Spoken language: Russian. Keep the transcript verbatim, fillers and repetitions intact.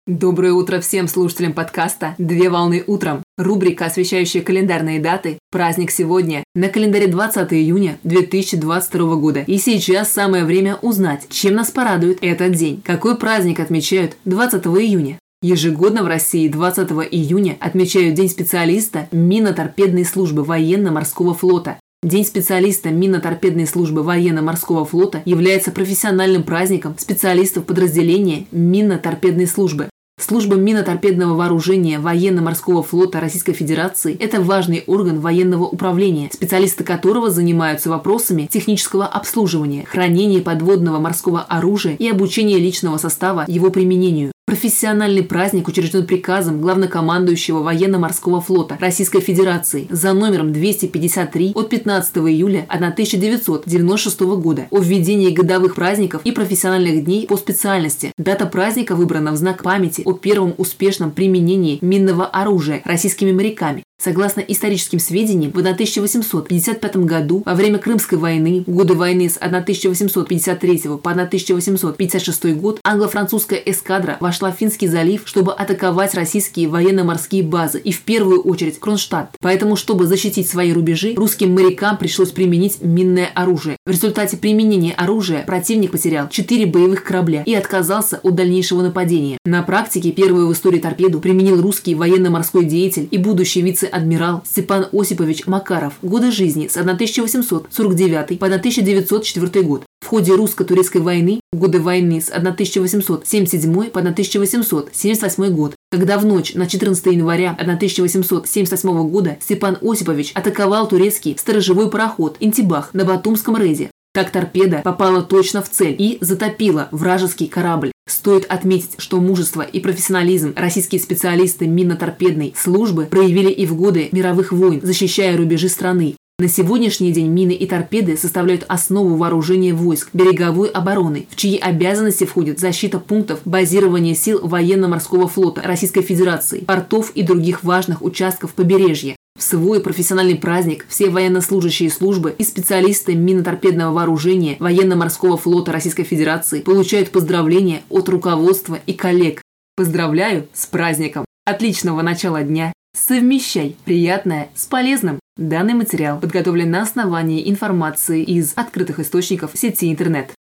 Доброе утро всем слушателям подкаста «Две волны утром». Рубрика, освещающая календарные даты. Праздник сегодня. На календаре двадцатое июня две тысячи двадцать второго года. И сейчас самое время узнать, чем нас порадует этот день. Какой праздник отмечают двадцатого июня? Ежегодно в России двадцатого июня отмечают День специалиста минно-торпедной службы военно-морского флота. День специалиста минно-торпедной службы военно-морского флота является профессиональным праздником специалистов подразделения минно-торпедной службы. Служба минно-торпедного вооружения военно-морского флота Российской Федерации – это важный орган военного управления, специалисты которого занимаются вопросами технического обслуживания, хранения подводного морского оружия и обучения личного состава его применению. Профессиональный праздник учрежден приказом главнокомандующего военно-морского флота Российской Федерации за номером двести пятьдесят три от пятнадцатого июля тысяча девятьсот девяносто шестого года о введении годовых праздников и профессиональных дней по специальности. Дата праздника выбрана в знак памяти о первом успешном применении минного оружия российскими моряками. Согласно историческим сведениям, в тысяча восемьсот пятьдесят пятом году, во время Крымской войны, в годы войны с тысяча восемьсот пятьдесят третьего по тысяча восемьсот пятьдесят шестой год, англо-французская эскадра вошла в Финский залив, чтобы атаковать российские военно-морские базы и в первую очередь Кронштадт. Поэтому, чтобы защитить свои рубежи, русским морякам пришлось применить минное оружие. В результате применения оружия противник потерял четыре боевых корабля и отказался от дальнейшего нападения. На практике первую в истории торпеду применил русский военно-морской деятель и будущий вице адмирал Степан Осипович Макаров. Годы жизни с тысяча восемьсот сорок девятого по тысяча девятьсот четвёртый год. В ходе русско-турецкой войны, годы войны с тысяча восемьсот семьдесят седьмого по тысяча восемьсот семьдесят восьмой год, когда в ночь на четырнадцатое января тысяча восемьсот семьдесят восьмого года Степан Осипович атаковал турецкий сторожевой пароход «Интибах» на Батумском рейде. Так торпеда попала точно в цель и затопила вражеский корабль. Стоит отметить, что мужество и профессионализм российские специалисты минно-торпедной службы проявили и в годы мировых войн, защищая рубежи страны. На сегодняшний день мины и торпеды составляют основу вооружения войск береговой обороны, в чьи обязанности входит защита пунктов базирования сил военно-морского флота Российской Федерации, портов и других важных участков побережья. В свой профессиональный праздник все военнослужащие службы и специалисты минно-торпедного вооружения военно-морского флота Российской Федерации получают поздравления от руководства и коллег. Поздравляю с праздником! Отличного начала дня! Совмещай приятное с полезным! Данный материал подготовлен на основании информации из открытых источников сети интернет.